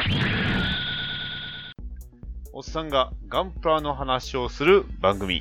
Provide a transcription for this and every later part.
おっさんがガンプラの話をする番組。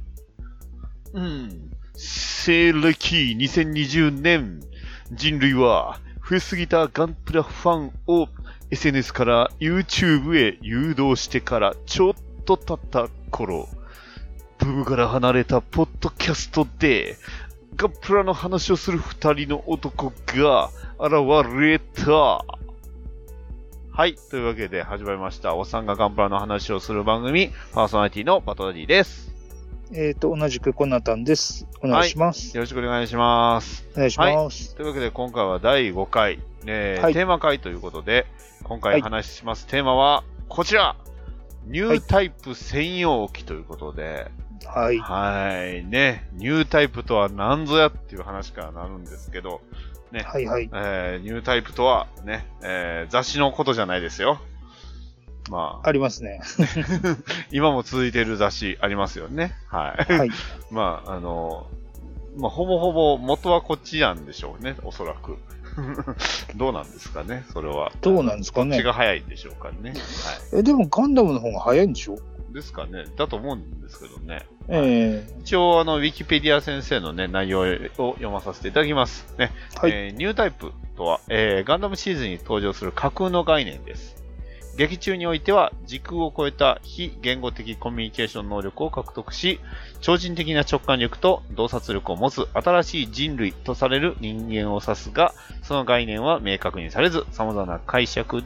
西暦2020年、人類は増えすぎたガンプラファンを SNS から YouTube へ誘導してからちょっと経った頃、ブームから離れたポッドキャストでガンプラの話をする二人の男が現れた。はい。というわけで始まりました。おっさんがガンプラの話をする番組、パーソナリティのパトダディです。 同じくコナタンです。お願いします。 はい。よろしくお願いします。 お願いします。 はい。というわけで今回は第5回、テーマ回ということで、今回話しますテーマはこちら。ニュータイプ専用機ということで、 はい。 はい。ね。ニュータイプとは何ぞやっていう話からなるんですけど、ね。 はいはい。 ニュータイプとはね、雑誌のことじゃないですよ。まあ。 ありますね。 今も続いている雑誌ありますよね。はい。はい。まあ、ほぼほぼ元はこっちなんでしょうね。おそらく。どうなんですかね、それは。 どうなんですかね。 こっちが早いんでしょうかね。 はい。でもガンダムの方が早いんでしょ？ ですかね。だと思うんですけどね。一応、ウィキペディア先生のね、内容を読まさせていただきます。ね。はい。ニュータイプとは、ガンダムシリーズに登場する架空の概念です。劇中においては、時空を超えた非言語的コミュニケーション能力を獲得し、超人的な直感力と洞察力を持つ新しい人類とされる人間を指すが、その概念は明確にされず、様々な解釈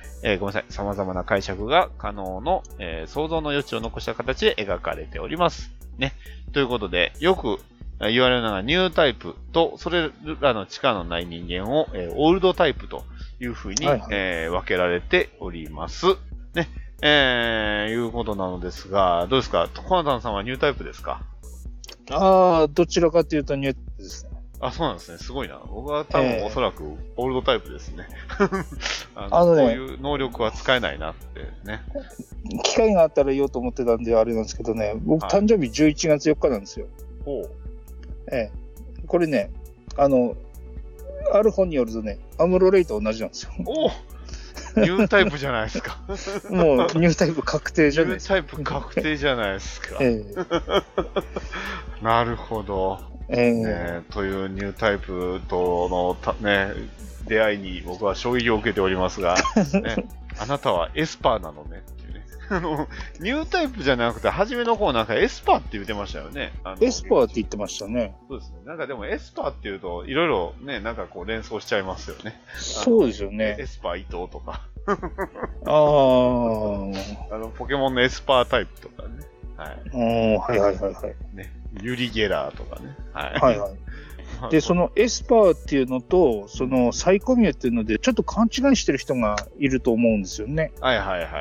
が可能の、想像の余地を残した形で描かれております。ね。ということで、よく言われるのがニュータイプと、それらの力のない人間を、オールドタイプというふうに、分けられております。ね。いうことなのですが、どうですか？コナタンさんはニュータイプですか？ どちらかというとニュータイプですね。 あ、そうなんですね。すごいな。僕は多分おそらくオールドタイプですね。こういう能力は使えないなってね。 機会があったら言おうと思ってたんであれなんですけどね、僕、誕生日11月4日なんですよ。これね、ある本によるとね、アムロレイと同じなんですよ。 ニュータイプじゃないですか。 もうニュータイプ確定じゃないですか。 ニュータイプ確定じゃないですか。なるほど。というニュータイプとの出会いに僕は衝撃を受けておりますが、ね、あなたはエスパーなのねっていうね。ニュータイプじゃなくて、初めの方なんかエスパーって言ってましたよね。 エスパーって言ってましたね。 そうですね。なんかでもエスパーって言うと、いろいろね、なんかこう連想しちゃいますよね。 そうですよね。 エスパー伊藤とか。ポケモンのエスパータイプとかね。 はい。 ね。ユリゲラーとかね。 はい。で、そのエスパーっていうのと、そのサイコミュっていうので、ちょっと勘違いしてる人がいると思うんですよね。 はい。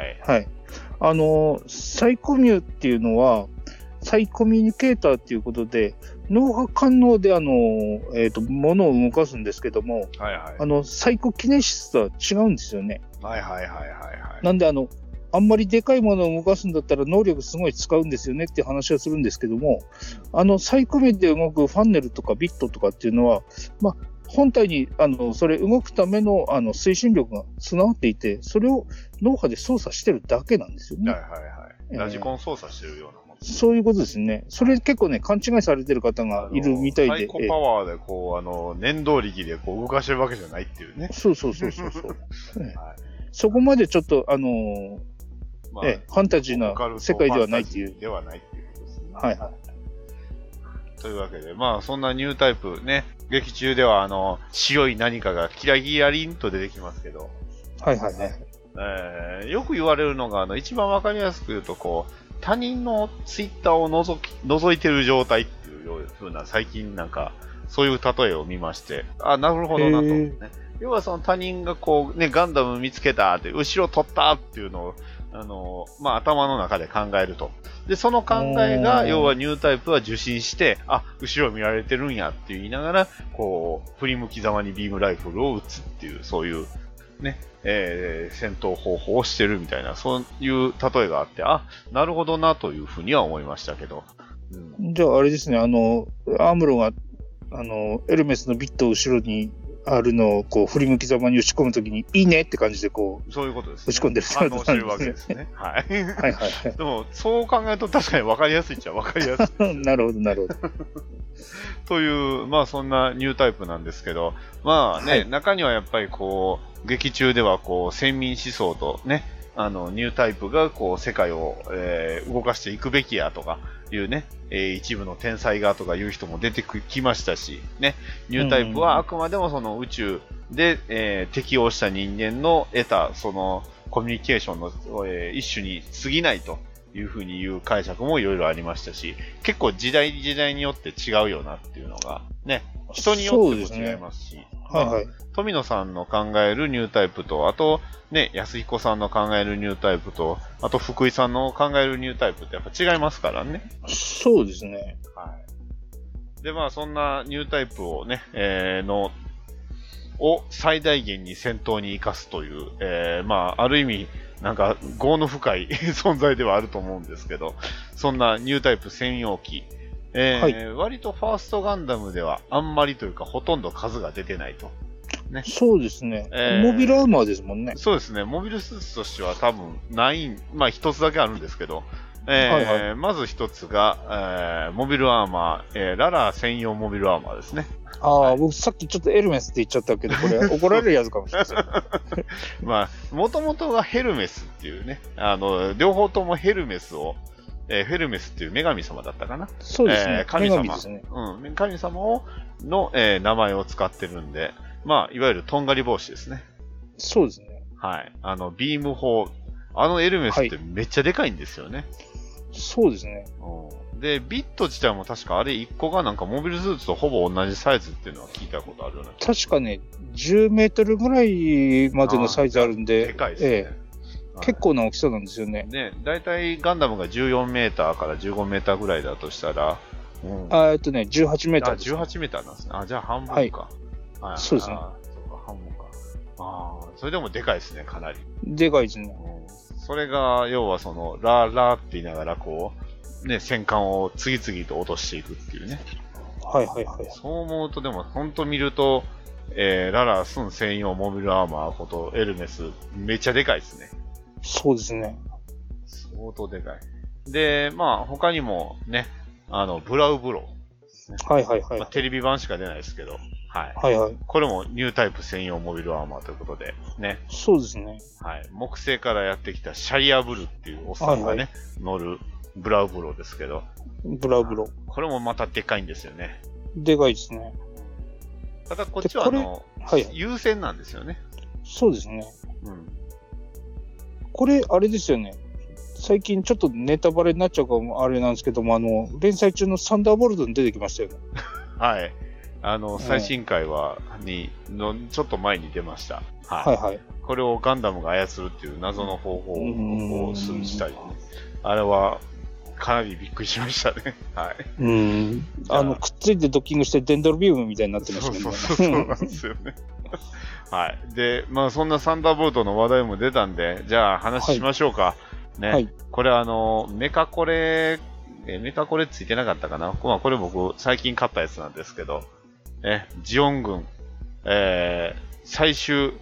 サイコミュっていうのは、サイコミュニケーターっていうことで、脳波感応で物を動かすんですけども、サイコキネシスとは違うんですよね。なんであんまりでかいものを動かすんだったら能力すごい使うんですよねっていう話はするんですけども、サイコミュで動くファンネルとかビットとかっていうのは、本体に、それ動くための、推進力が備わっていて、それを脳波で操作してるだけなんですよね。 ラジコン操作してるようなもん。 そういうことですね。それ結構ね、勘違いされてる方がいるみたいで。 サイコパワーで、念動力で動かしてるわけじゃないっていうね。 そう。そこまでちょっと、ファンタジーな世界ではないっていう。 ではないっていうことですね。というわけで、そんなニュータイプね、劇中では白い何かがキラキラリンと出てきますけど。よく言われるのが、一番わかりやすく言うと、他人のツイッターを覗いてる状態っていう風な、最近なんか、そういう例えを見まして、なるほどなと、ね。要はその他人がガンダム見つけたって、後ろ取ったっていうのを、頭の中で考えると。で、その考えが、要はニュータイプは受信して、後ろ見られてるんやって言いながら、振り向きざまにビームライフルを撃つっていう、そういう、ね、戦闘方法をしてるみたいな、そういう例えがあって、なるほどなというふうには思いましたけど。 じゃああれですね、アームロが、エルメスのビットを後ろに R のこう振り向きざまに打ち込むときにいいねって感じでこう、 そういうことですね。 打ち込んでる反応してるわけですね。はい。はいはいはい。 でも、そう考えると確かに分かりやすいっちゃ分かりやすい。 なるほど、なるほど。 という、まあそんなニュータイプなんですけど、まあね、はい、中にはやっぱりこう、劇中ではこう、先民思想とね、ニュータイプがこう、世界を、動かしていくべきやとかいうね、一部の天才がとかいう人も出てきましたし、ね、ニュータイプはあくまでもその宇宙で、適応した人間の得たそのコミュニケーションの、一種に過ぎないというふうに言う解釈もいろいろありましたし、結構時代によって違うよなっていうのがね、人によっても違いますし、 はいはい。 富野さんの考えるニュータイプと、あとね、安彦さんの考えるニュータイプと、あと福井さんの考えるニュータイプってやっぱ違いますからね。 そうですね。 はい。で、まあそんなニュータイプをね、を最大限に戦闘に生かすという、まあある意味、なんか業の深い存在ではあると思うんですけど、そんなニュータイプ専用機、はい、割とファーストガンダムではあんまりというかほとんど数が出てないと。ね、 そうですね、モビルアーマーですもんね。 そうですね。モビルスーツとしては多分ない、まあ一つだけあるんですけど、はいはい、まず一つが、モビルアーマー、ララ専用モビルアーマーですね。 ああ、はい、僕さっきちょっとエルメスって言っちゃったけど、これ怒られるやつかもしれない。 まあ、もともとはヘルメスっていうね、両方ともヘルメスを、フェルメスっていう女神様だったかな。 そうですね。 神様ですね。 うん。神様の、名前を使ってるんで、まあ、いわゆるとんがり帽子ですね。 そうですね。 はい。ビーム砲、エルメスってめっちゃでかいんですよね。はい、 そうですね。 で、ビット自体も確かあれ1個がなんかモビルスーツとほぼ同じサイズっていうのは聞いたことあるよね。 確かね、10メートルぐらいまでのサイズあるんで。 でかいですね。 結構な大きさなんですよね。 ね、だいたいガンダムが14メーターから15メーターぐらいだとしたら、 18メーターです、ね。18メーターなんですね。じゃあ半分か。 はい、そうですね。 そうか、半分か。それでもでかいですね、かなり。 でかいですね。 それが、要はその、ラーって言いながら、こう、ね、戦艦を次々と落としていくっていうね。 はいはいはい。 そう思うと、でも、ほんと見ると、ララスン専用モビルアーマーことエルメス、めっちゃでかいですね。 そうですね。 相当でかい。で、まあ、他にもね、ブラウブロー、ね。 はいはいはい。 まあ、テレビ版しか出ないですけど、はい。 はいはい。 これもニュータイプ専用モビルアーマーということで、ね。 そうですね。 はい。木星からやってきたシャリアブルっていうおっさんがね、乗るブラウブローですけど。 ブラウブロー。 これもまたでかいんですよね。 でかいですね。 ただこっちは優先なんですよね。 そうですね。 うん。 これ、あれですよね。最近ちょっとネタバレになっちゃうかもあれなんですけども、連載中のサンダーボルトに出てきましたよね。 はい。最新回ちょっと前に出ました。はい。はいはい。これをガンダムが操るっていう謎の方法を数じたりね。あれは、かなりびっくりしましたね。はい。 くっついてドッキングしてデンドルビウムみたいになってましたね。 そうなんですよね。はい。で、まあそんなサンダーボルトの話題も出たんで、じゃあ話しましょうか。ね。はい。これメカコレついてなかったかな。まあこれ僕最近買ったやつなんですけど、ジオン軍、最終、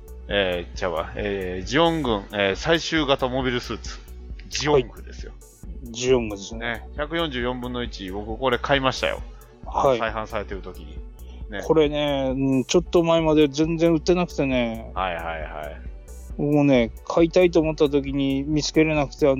ジオン軍、最終型モビルスーツ。ジオングですよ。 ジオングですね。 144分の1、僕これ買いましたよ。はい。再販されてる時に。 ね、これね、ちょっと前まで全然売ってなくてね。 はいはいはい。 もうね、買いたいと思った時に見つけれなくて、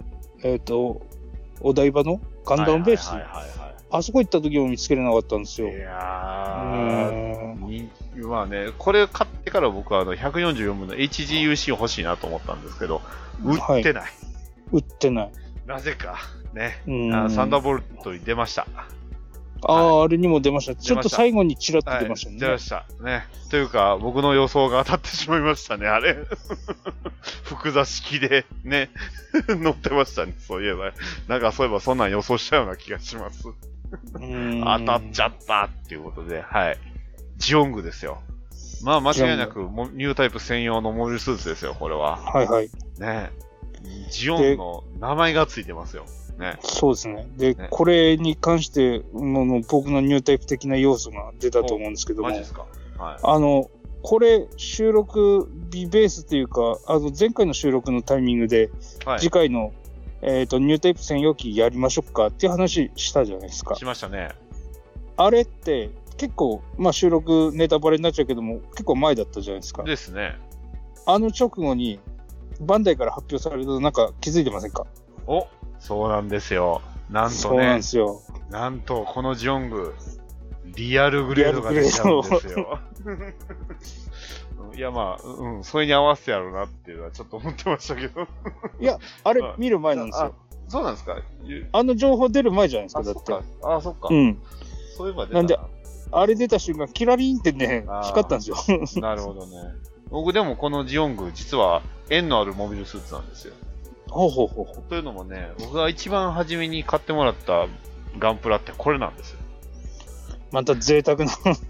お台場のガンダムベース。あそこ行った時も見つけれなかったんですよ。いやー。まあね、これ買ってから僕は144分の HGUC 欲しいなと思ったんですけど、売ってない。 売ってない。 なぜか。ね。サンダーボルトに出ました。 あれにも出ました。ちょっと最後にチラッと出ましたね。 出ました。ね。というか、僕の予想が当たってしまいましたね、あれ。複座式で、ね、乗ってましたね、そういえば。なんかそういえばそんなん予想したような気がします。当たっちゃったっていうことで、はい。ジオングですよ。まあ間違いなくニュータイプ専用のモビルスーツですよ、これは。 はいはい。 ね。ジオンの名前がついてますよ。ね、 そうですね。で、ね、これに関して僕のニュータイプ的な要素が出たと思うんですけども。 マジですか？ これ、収録日ベースというか、前回の収録のタイミングで、次回の、ニュータイプ専用機やりましょうかっていう話したじゃないですか。 しましたね。 あれって、結構、収録ネタバレになっちゃうけども、結構前だったじゃないですか。 ですね。 直後に、バンダイから発表されると、なんか気づいてませんか？ そうなんですよ。なんとね。 そうなんですよ。 なんと、このジオング、リアルグレードが出ちゃうんですよ。いや、それに合わせてやろうなっていうのはちょっと思ってましたけど。 いや、あれ見る前なんですよ。 そうなんですか？ 情報出る前じゃないですか、だって。 そっか。そういえば出たな。 なんで、あれ出た瞬間、キラリンってね、光ったんですよ。 なるほどね。僕でもこのジオング、実は縁のあるモビルスーツなんですよ。 ほう。 というのもね、僕が一番初めに買ってもらったガンプラってこれなんですよ。 また贅沢な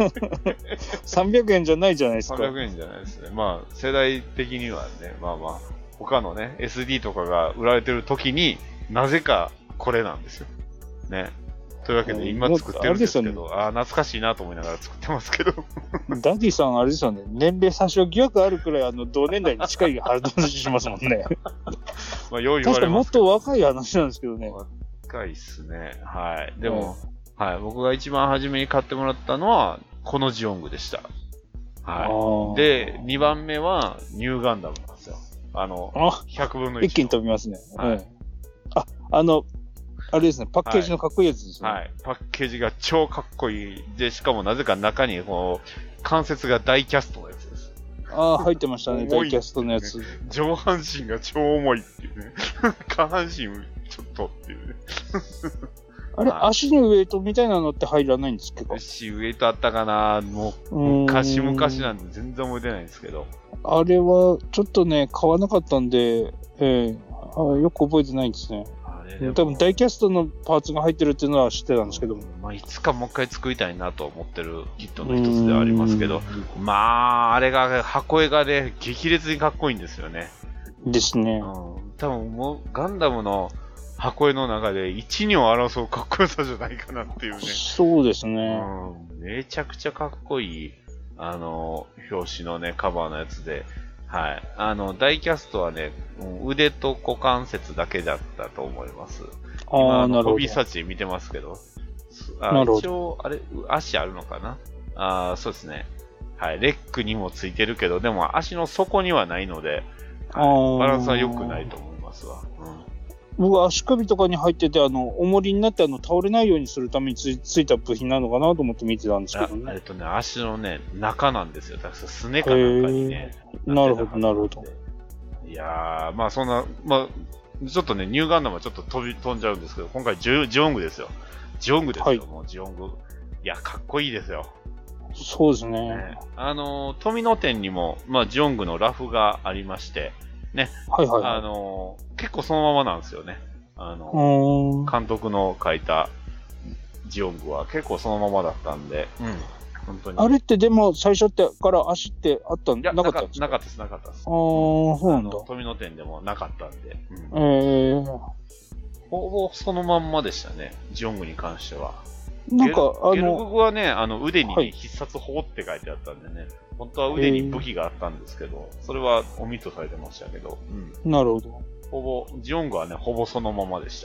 300円じゃないじゃないですか。 300円じゃないですね。世代的にはね、他のね、SD とかが売られてる時になぜかこれなんですよ。ね。というわけで今作ってるんですけど、懐かしいなと思いながら作ってますけど。 ダディさんあれですよね、年齢詐称疑惑あるくらい同年代に近い話しますもんね。確かにもっと若い話なんですけどね。 若いっすね。はい。でも、僕が一番初めに買ってもらったのは、このジオングでした。はい。で、2番目は、ニューガンダムなんですよ。100分の1。 一気に飛びますね。 はい。 あれですね、パッケージのかっこいいやつですね。 はい。パッケージが超かっこいい。で、しかもなぜか中に、関節がダイキャストのやつです。 入ってましたね、ダイキャストのやつ。 上半身が超重いっていうね。下半身ちょっとっていうね。 あれ、足にウエイトみたいなのって入らないんですけど。 足ウエイトあったかな？もう、昔なんで全然覚えてないんですけど。 あれは、ちょっとね、買わなかったんで、よく覚えてないんですね。多分、ダイキャストのパーツが入ってるっていうのは知ってたんですけども。 いつかもう一回作りたいなと思ってるキットの一つではありますけど、あれが、箱絵がね、激烈にかっこいいんですよね。 ですね。 多分もう、ガンダムの箱絵の中で一二を争うかっこよさじゃないかなっていうね。 そうですね。 めちゃくちゃかっこいい、表紙のね、カバーのやつで、はい。ダイキャストはね、腕と股関節だけだったと思います。今、ホビーサーチで見てますけど。一応、あれ、足あるのかな？そうですね。はい。レックにもついてるけど、でも足の底にはないので、バランスは良くないと思いますわ。 僕は足首とかに入ってて、重りになって倒れないようにするためについた部品なのかなと思って見てたんですけどね。 足のね、中なんですよ。だからすねかなんかにね。 なるほど。 いやー、そんな、ちょっとね、ニューガンダムはちょっと飛んじゃうんですけど、今回ジオングですよ。ジオングですよ、もうジオング。いや、かっこいいですよ。 そうですね。 富野店にも、ジオングのラフがありまして、ね。結構そのままなんですよね。監督の書いたジオングは結構そのままだったんで、本当に。あれってでも最初ってから足ってあったんなかったんですか？ なかったです。 そうなんだ。 富野店でもなかったんで。ほぼそのまんまでしたね、ジオングに関しては。 なんか、 ゲルググはね、腕に、必殺砲って書いてあったんでね、本当は腕に武器があったんですけど、それはオミットされてましたけど。 なるほど。ジオングはね、ほぼそのままでした。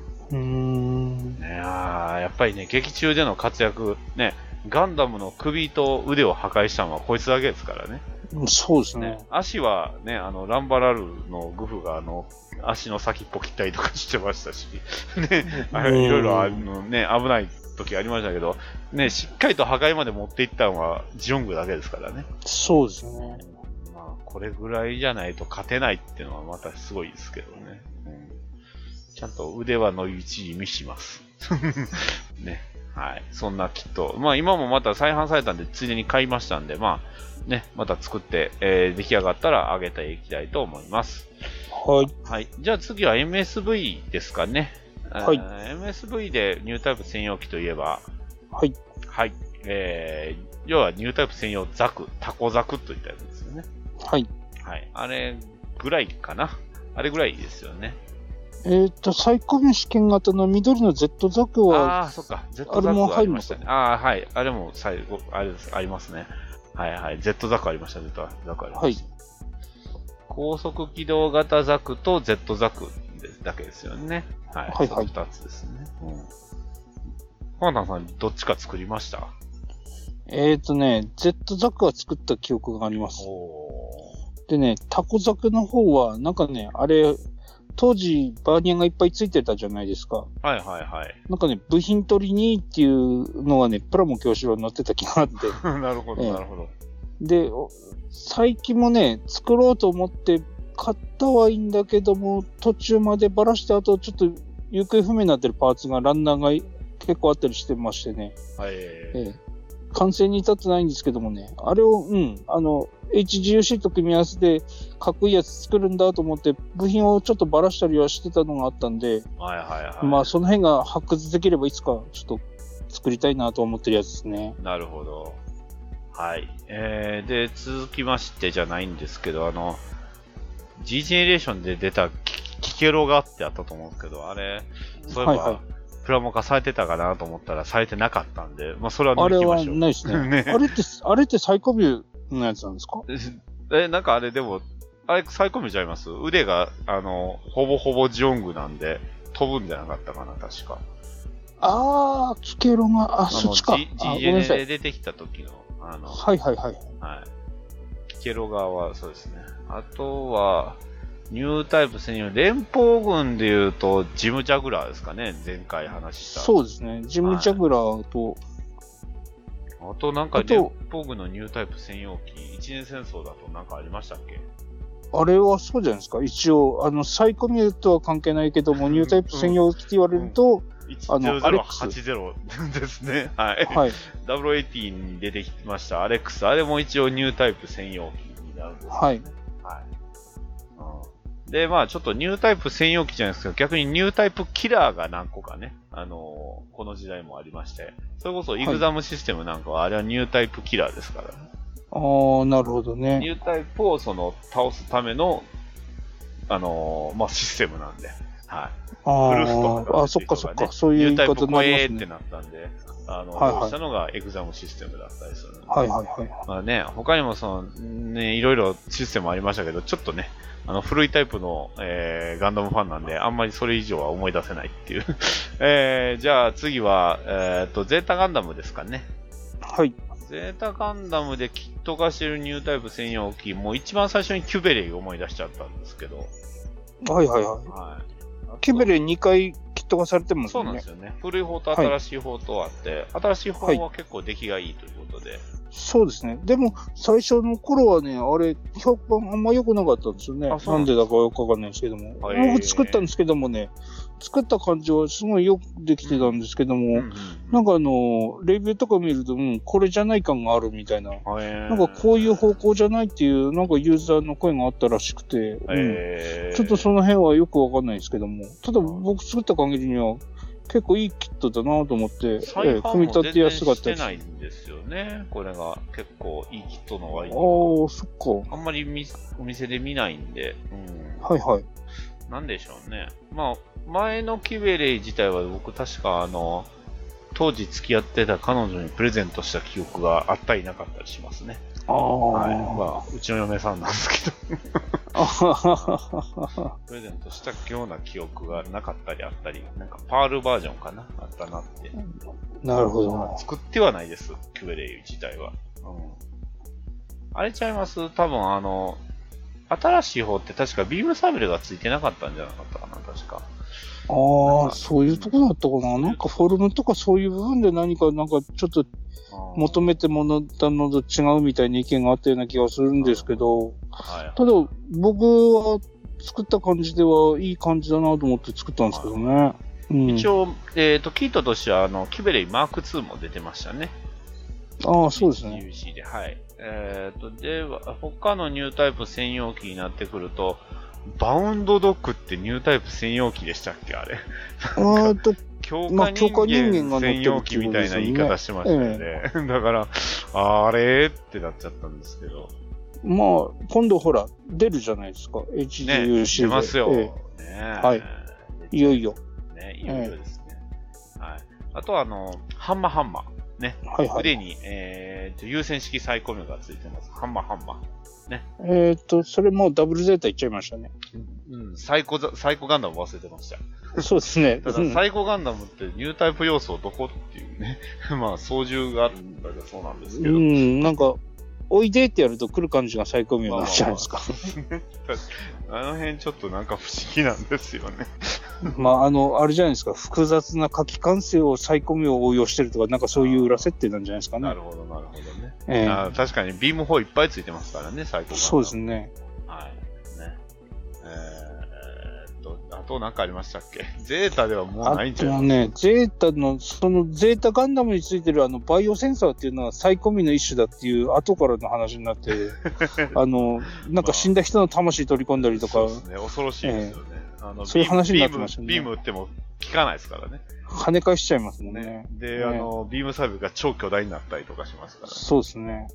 やっぱりね、劇中での活躍、ね、ガンダムの首と腕を破壊したのはこいつだけですからね。 そうですね。 足はね、ランバラルのグフが足の先っぽ切ったりとかしてましたし、ね、いろいろね、危ない時ありましたけど、ね、しっかりと破壊まで持っていったのはジオングだけですからね。 そうですね。 これぐらいじゃないと勝てないっていうのはまたすごいですけどね。ちゃんと腕はのいちに見します。ね。はい。そんなキット。今もまた再販されたんで、ついでに買いましたんで、ね、また作って、出来上がったらあげていきたいと思います。 はい。 はい。じゃあ次は MSV ですかね。 はい。 MSV でニュータイプ専用機といえば、 はい。 はい。要はニュータイプ専用ザク、タコザクといったやつですよね。 はい。 はい。あれぐらいかな。あれぐらいですよね。 最高の試験型の緑の Z ザクは、 そっか。Z ザクはありましたね。はい。あれも最後、あれです、ありますね。 はいはい。Z ザクありました、Z ザクありました。はい。高速機動型ザクと Z ザクだけですよね。はい。はいはい。2つですね。うん。パンダさん、どっちか作りました？ Z ザクは作った記憶があります。でね、タコザクの方は、なんかね、あれ、当時、バーニャがいっぱいついてたじゃないですか。 はいはいはい。 なんかね、部品取りにっていうのがね、プラモ教師は載ってた気があって。 なるほど、なるほど。 で、最近もね、作ろうと思って買ったはいいんだけども、途中までばらして、あとちょっと行方不明になってるパーツがランナーが結構あったりしてましてね。 はい。 完成に至ってないんですけどもね、あれを、HGUC と組み合わせてかっこいいやつ作るんだと思って部品をちょっとばらしたりはしてたのがあったんで、 はいはいはい。 まあその辺が発掘できればいつかちょっと作りたいなと思ってるやつですね。 なるほど。はい。で、続きましてじゃないんですけど、G ジェネレーションで出たキケロガってあったと思うんですけど、あれ、そういえば、はいはい、プラモ化されてたかなと思ったらされてなかったんで、まあそれは抜きましょう。 あれはないですね。ね、あれってサイコビューのやつなんですか？ なんかあれでも、あれサイコビューちゃいます？腕が、ほぼほぼジオングなんで、飛ぶんじゃなかったかな、確か。 キケロが、そっちか。 G ジェネで出てきた時の、 はいはいはい。 はい。キケロ側はそうですね。あとは、ニュータイプ専用、連邦軍でいうと、ジム・ジャグラーですかね、前回話した。 そうですね、ジム・ジャグラーと、 はい、あとなんか、連邦軍のニュータイプ専用機、一年戦争だとなんかありましたっけ？ あれはそうじゃないですか、一応、サイコミューとは関係ないけども、ニュータイプ専用機って言われると、 1080ですね。はい。はい。W80 に出てきました、アレックス。あれも一応ニュータイプ専用機になるんですね。はい。はい。で、まあちょっとニュータイプ専用機じゃないですけど、逆にニュータイプキラーが何個かね、この時代もありまして、それこそイグザムシステムなんかは、あれはニュータイプキラーですからね。 ああ、なるほどね。 ニュータイプを倒すための、まあシステムなんで。はい。 ブルースとか、ね。あ、そっかそっか。そういう言い方になりますね。 ってなったんで、 はいはい、 どうしたのがエグザムシステムだったりするので。 はいはいはい。 まあね、他にもいろいろシステムありましたけど、ちょっとね、古いタイプの、ガンダムファンなんで、あんまりそれ以上は思い出せないっていう。じゃあ次は、ゼータガンダムですかね。 はい。 ゼータガンダムでキット化してるニュータイプ専用機、もう一番最初にキュベレイを思い出しちゃったんですけど。 はいはいはい。はい、キュベレイ2回キット化されてますね。そうなんですよね。古い方と新しい方とあって、はい、新しい方は結構出来がいいということで。 そうですね。でも、最初の頃はね、あれ、評判あんま良くなかったんですよね。なんでだかよくわかんないんですけども。僕作ったんですけどもね、作った感じはすごいよくできてたんですけども、なんかレビューとか見ると、これじゃない感があるみたいな。なんかこういう方向じゃないっていう、なんかユーザーの声があったらしくて、ちょっとその辺はよくわかんないですけども、ただ僕作った限りには、結構いいキットだなと思って、組み立てやすかったです。してないんですよね。これが結構いいキットの割に。 ああ、そっか。あんまりお店で見ないんで。 はいはい。 なんでしょうね。まあ、前のキュベレイ自体は僕確か当時付き合ってた彼女にプレゼントした記憶があったりなかったりしますね。はい。まあ、うちの嫁さんなんですけど。プレゼントしたような記憶がなかったりあったり、なんかパールバージョンかなあったなって。 なるほど。 作ってはないです、キュベレイ自体は。あれちゃいます多分新しい方って確かビームサーベルがついてなかったんじゃなかったかな、確か。 ああ、そういうとこだったかな。なんかフォルムとかそういう部分で何かなんかちょっと求めてものたのと違うみたいな意見があったような気がするんですけど、ただ僕は作った感じではいい感じだなと思って作ったんですけどね。 一応、キートとしてはキュベレイマーク2も出てましたね。 ああ、そうですね。 UC で、はい。では、他のニュータイプ専用機になってくると、バウンドドッグってニュータイプ専用機でしたっけあれ。強化人間専用機みたいな言い方してましたよね。だから、あれってなっちゃったんですけど。 まあ、今度ほら、出るじゃないですか。HGUC で。出ますよ。ねはい。いよいよ。 ね、いよいよですね。はい。あとはハンマー。 ね。 はいはい。 腕に、優先式サイコミュがついてます。ハンマー。ね。 それもダブルゼータいっちゃいましたね。 うん、サイコガンダム忘れてました。 そうですね。 ただ、サイコガンダムってニュータイプ要素どこっていうね。まあ、操縦があるんだけどそうなんですけど。 なんか、おいでってやると来る感じがサイコミュになるじゃないですか。 あの辺ちょっとなんか不思議なんですよね。 あれじゃないですか、複雑な書き完成をサイコミュを応用してるとか、なんかそういう裏設定なんじゃないですかね。 なるほどね。確かにビーム砲いっぱいついてますからね、サイコガンダム。 そうですね。 はい。ね。あと何かありましたっけ？ゼータではもうないんじゃないですか？ ゼータの、そのゼータガンダムについてるバイオセンサーっていうのはサイコミの一種だっていう後からの話になって、なんか死んだ人の魂取り込んだりとか。 そうですね、恐ろしいですよね。 そういう話になってましたね。 ビーム撃っても効かないですからね。 跳ね返しちゃいますもんね。 で、ビームサーブが超巨大になったりとかしますからね。 そうですね。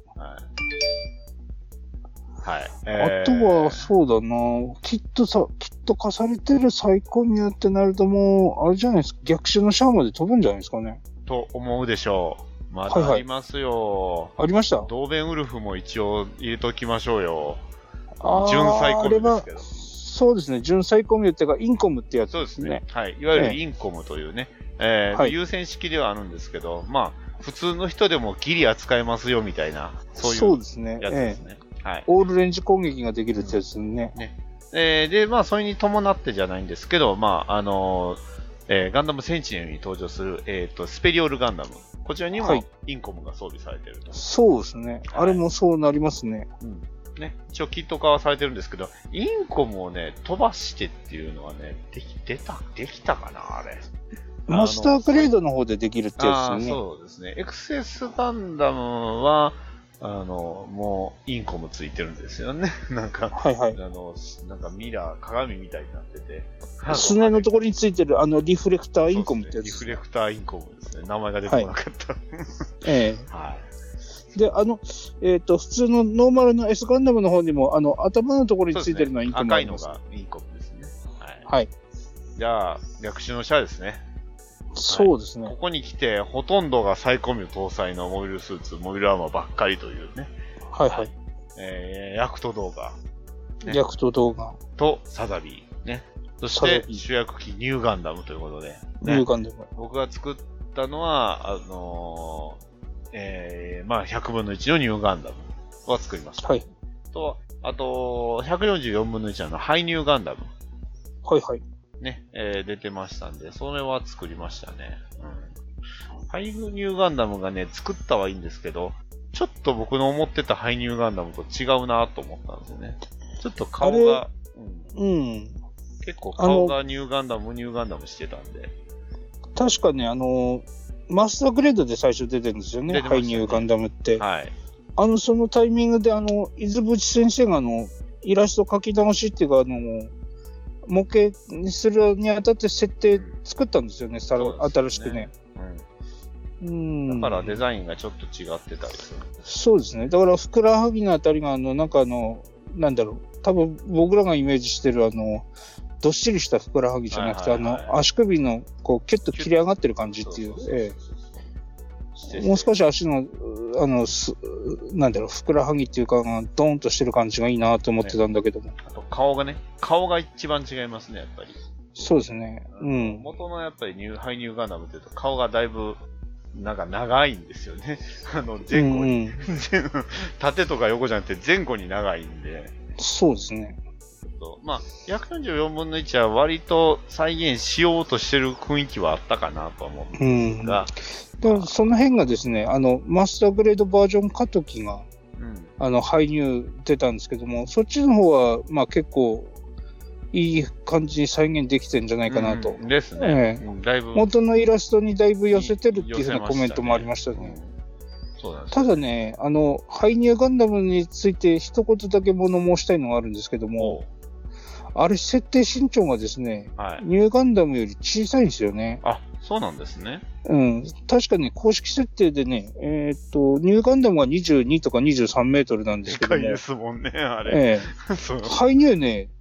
はい。 あとは、そうだな、きっと化されてるサイコミュってなるともう、あれじゃないですか、逆襲のシャアまで飛ぶんじゃないですかね。 と思うでしょう。まだありますよ。 ありました。 ドーベンウルフも一応入れときましょうよ。純サイコミュですけど。 そうですね、純サイコミュっていうか、インコムってやつですね。 そうですね。はい。いわゆるインコムというね、優先式ではあるんですけど、まあ、普通の人でもギリ扱えますよみたいな、そういうやつですね。はい。 オールレンジ攻撃ができるってやつですね。 で、まあ、それに伴ってじゃないんですけど、まあ、ガンダムセンチネルに登場する、スペリオールガンダム。こちらにもインコムが装備されていると。 そうですね。あれもそうなりますね。 ね、一応キット化はされてるんですけど、インコムをね、飛ばしてっていうのはね、できたかな、あれ。 マスターグレードの方でできるってやつですね。 そうですね。XS ガンダムは、もう、インコムついてるんですよね。なんか、なんかミラー、鏡みたいになってて。 すねのところについてる、リフレクターインコムってやつ、 リフレクターインコムですね。名前が出てこなかった。 はい。で、普通のノーマルの S ガンダムの方にも、頭のところについてるのはインコムです。赤いのがインコムですね。 はい。 じゃあ、逆襲のシャアですね。 そうですね。 ここに来て、ほとんどがサイコミュ搭載のモビルスーツ、モビルアーマーばっかりというね。ヤクト動画。 ヤクト動画。 と、サザビー。ね。そして、主役機ニューガンダムということで。 ニューガンダム。 僕が作ったのは、まあ、100分の1のニューガンダムを作りました。あと、144分の1のハイニューガンダム。ね、出てましたんで、それは作りましたね。ハイニューガンダムがね、作ったはいいんですけど、ちょっと僕の思ってたハイニューガンダムと違うなと思ったんですよね。ちょっと顔が、結構顔がニューガンダムしてたんで。 確かね、マスターグレードで最初出てるんですよね、ハイニューガンダムって。そのタイミングで、伊豆淵先生がイラスト描き直しっていうか、模型にするにあたって設定作ったんですよね、新しくね。 だからデザインがちょっと違ってたりする。 そうですね。だからふくらはぎのあたりがなんかなんだろう、多分僕らがイメージしてるどっしりしたふくらはぎじゃなくて、足首のこうキュッと切り上がってる感じっていう。もう少し足のなんだろう、ふくらはぎっていうかドーンとしてる感じがいいなと思ってたんだけども。 あと顔が一番違いますね、やっぱり。 そうですね。 元のやっぱりハイニューガンダムっていうと顔がだいぶなんか長いんですよね。前後に、縦とか横じゃなくて前後に長いんで。 そうですね。 まあ、144分の1は割と再現しようとしてる雰囲気はあったかなと思うんですが。 その辺がですね、マスターグレードバージョン過渡期が、ハイニュー出たんですけども、そっちの方は、まあ結構、いい感じに再現できてるんじゃないかなと。 ですね。だいぶ元のイラストにだいぶ寄せてるっていうふうなコメントもありましたね。ただね、ハイニューガンダムについて一言だけ物申したいのがあるんですけども、あれ設定身長がですね、ニューガンダムより小さいんですよね。 あ、そうなんですね。 確かね、公式設定でね、ニューガンダムは22とか23メートルなんですけども。 でかいですもんね、あれ。 ハイニューね、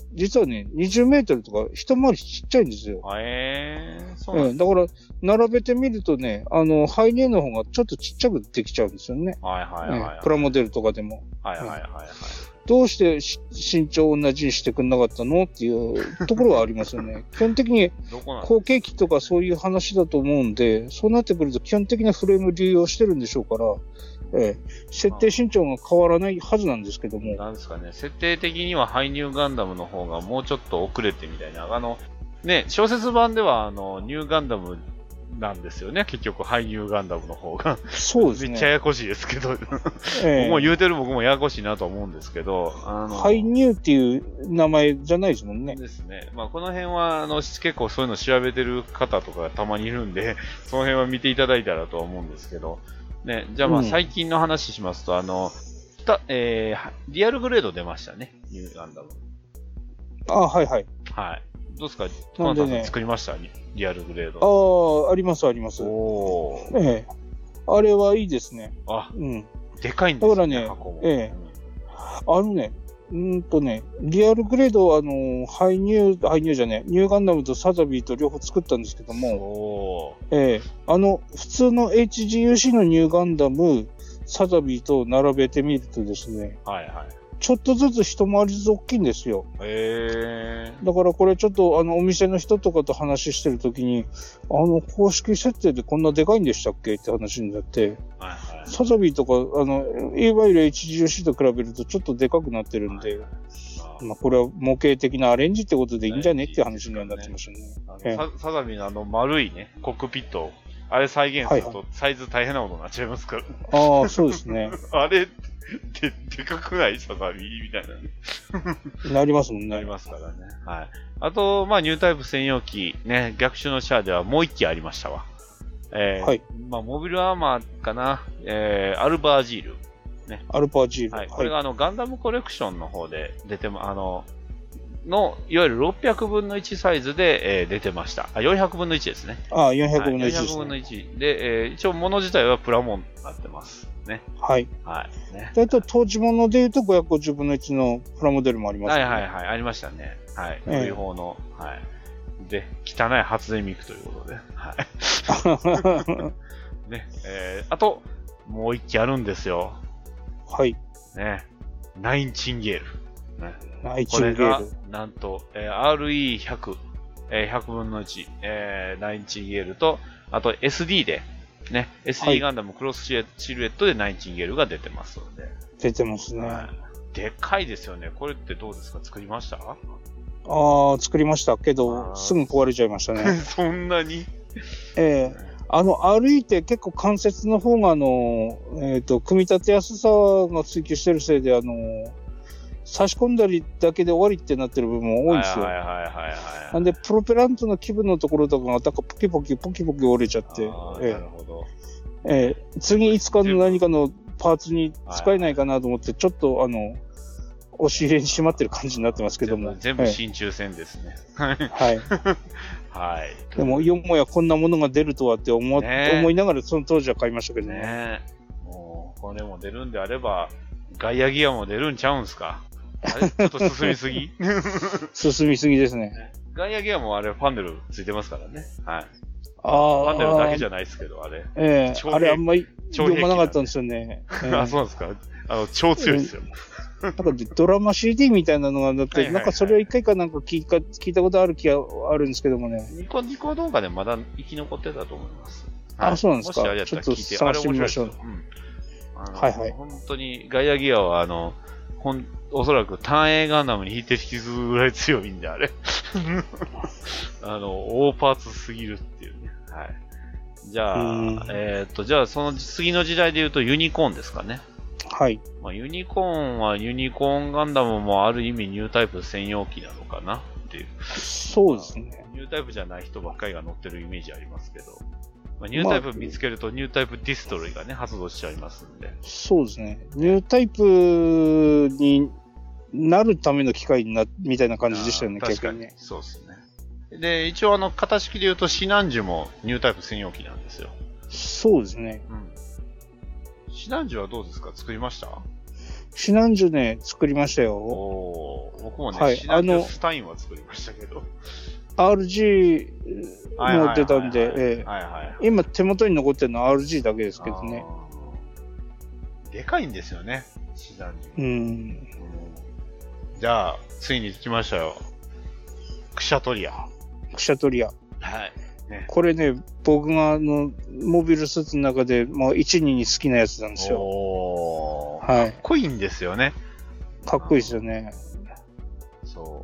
実はね、20メートルとか一回りちっちゃいんですよ。 そうなんですだから、並べてみるとね、ハイニューの方がちょっとちっちゃくできちゃうんですよね。プラモデルとかでも。どうして身長を同じにしてくんなかったのっていうところはありますよね。基本的に後継機とかそういう話だと思うんで、そうなってくると基本的なフレーム流用してるんでしょうから、設定身長が変わらないはずなんですけども。 なんですかね、設定的にはハイニューガンダムの方がもうちょっと遅れてみたいな。ね、小説版ではニューガンダムなんですよね、結局、ハイニューガンダムの方が。 そうですね。 めっちゃややこしいですけど、もう言うてる僕もややこしいなと思うんですけど、 ハイニューっていう名前じゃないですもんね。 ですね。まあ、この辺は、結構そういうの調べてる方とかがたまにいるんで、その辺は見ていただいたらとは思うんですけど、ね、じゃあまあ、最近の話しますと、リアルグレード出ましたね、ニューガンダム。 はいはい。 はい。どうですか、トナタさん作りました、リアルグレード。あります、あります。あれはいいですね。 でかいんですよね。 だからね、リアルグレード、ハイニューじゃねえ、ニューガンダムとサザビーと両方作ったんですけども、普通の HGUC のニューガンダム、サザビーと並べてみるとですね、ちょっとずつ一回りずつ大きいんですよ。だからこれちょっとお店の人とかと話してるときに、公式設定でこんなでかいんでしたっけって話になって、サザビーとか、いわゆる HGUC と比べるとちょっとでかくなってるんで、まあこれは模型的なアレンジってことでいいんじゃねって話にはなってましたね。 サザビーの丸いね、コックピット、あれ再現するとサイズ大変なことになっちゃいますから。 そうですね。 あれ、でかくないサザビーみたいなね。 なりますもんね。 なりますからね。はい。あと、まあ、ニュータイプ専用機、ね、逆襲のシャアではもう一機ありましたわ。まあ、モビルアーマーかな、アルバージール。ね。 アルバージール。 はい。これがガンダムコレクションの方で出ても、いわゆる600分の1サイズで、出てました。400分の1ですね。 400分の1です、ね。 400分の1。で、一応物自体はプラモンになってます。ね。 はい。 ね。 当時物で言うと550分の1のプラモデルもありますね。 ありましたね。はい。古い方の、で、汚い初音ミクということで。ね。あと、もう一機あるんですよ。ね。ナインチンゲール。ね。これが、なんと、RE100、100分の1、ナインチンゲールと、あと SD で、ね、SD ガンダムクロスシルエットでナインチンゲールが出てますので。 出てますね。 でっかいですよね。これってどうですか？作りました？ 作りましたけど、すぐ壊れちゃいましたね。 そんなに RE って結構関節の方が組み立てやすさが追求してるせいで、差し込んだりだけで終わりってなってる部分も多いんですよ。なんで、プロペラントの基部のところとかが、ポキポキ折れちゃって、 なるほど。 次いつかの何かのパーツに使えないかなと思って、ちょっと押し入れにしまってる感じになってますけども。 全部真鍮線ですね。 はい。でも、よもやこんなものが出るとはって思いながら、その当時は買いましたけどね。 もう、これも出るんであれば、ガイアギアも出るんちゃうんすか？ちょっと進みすぎ？ 進みすぎですね。 ガイアギアもあれ、ファンネルついてますからね。はい。ファンネルだけじゃないですけど、あれ。 あれあんまり読まなかったんですよね。 そうなんですか。超強いですよ。 なんかドラマ CD みたいなのがだって、なんかそれを一回かなんか聞いたことある気があるんですけどもね。 ニコ動画でまだ生き残ってたと思います。 そうなんですか。 もしあれやったら聞いて、 探してみましょう。 本当にガイアギアはおそらく単影ガンダムに引いて引きずるぐらい強いんで、あれ。大パーツすぎるっていうね。はい。じゃあ、その次の時代で言うとユニコーンですかね。 はい。 まあ、ユニコーンはユニコーンガンダムもある意味ニュータイプ専用機なのかなっていう。 そうですね。 ニュータイプじゃない人ばっかりが乗ってるイメージありますけど。まあ、ニュータイプ見つけるとニュータイプディストロイがね、発動しちゃいますんで。 そうですね。ニュータイプになるための機械みたいな感じでしたよね、 確かに。そうですね。で、一応型式で言うとシナンジュもニュータイプ専用機なんですよ。 そうですね。 シナンジュはどうですか？作りました？ シナンジュね、作りましたよ。 僕もね、シナンジュスタインは作りましたけど。 RG も出たんで、今手元に残ってるのは RG だけですけどね。 でかいんですよね、シナンジュ。じゃあ、ついに来ましたよ。クシャトリア。はい。ね、 これね、僕がモビルスーツの中で、まあ、1、2に好きなやつなんですよ。 かっこいいんですよね。 かっこいいですよね。 そう。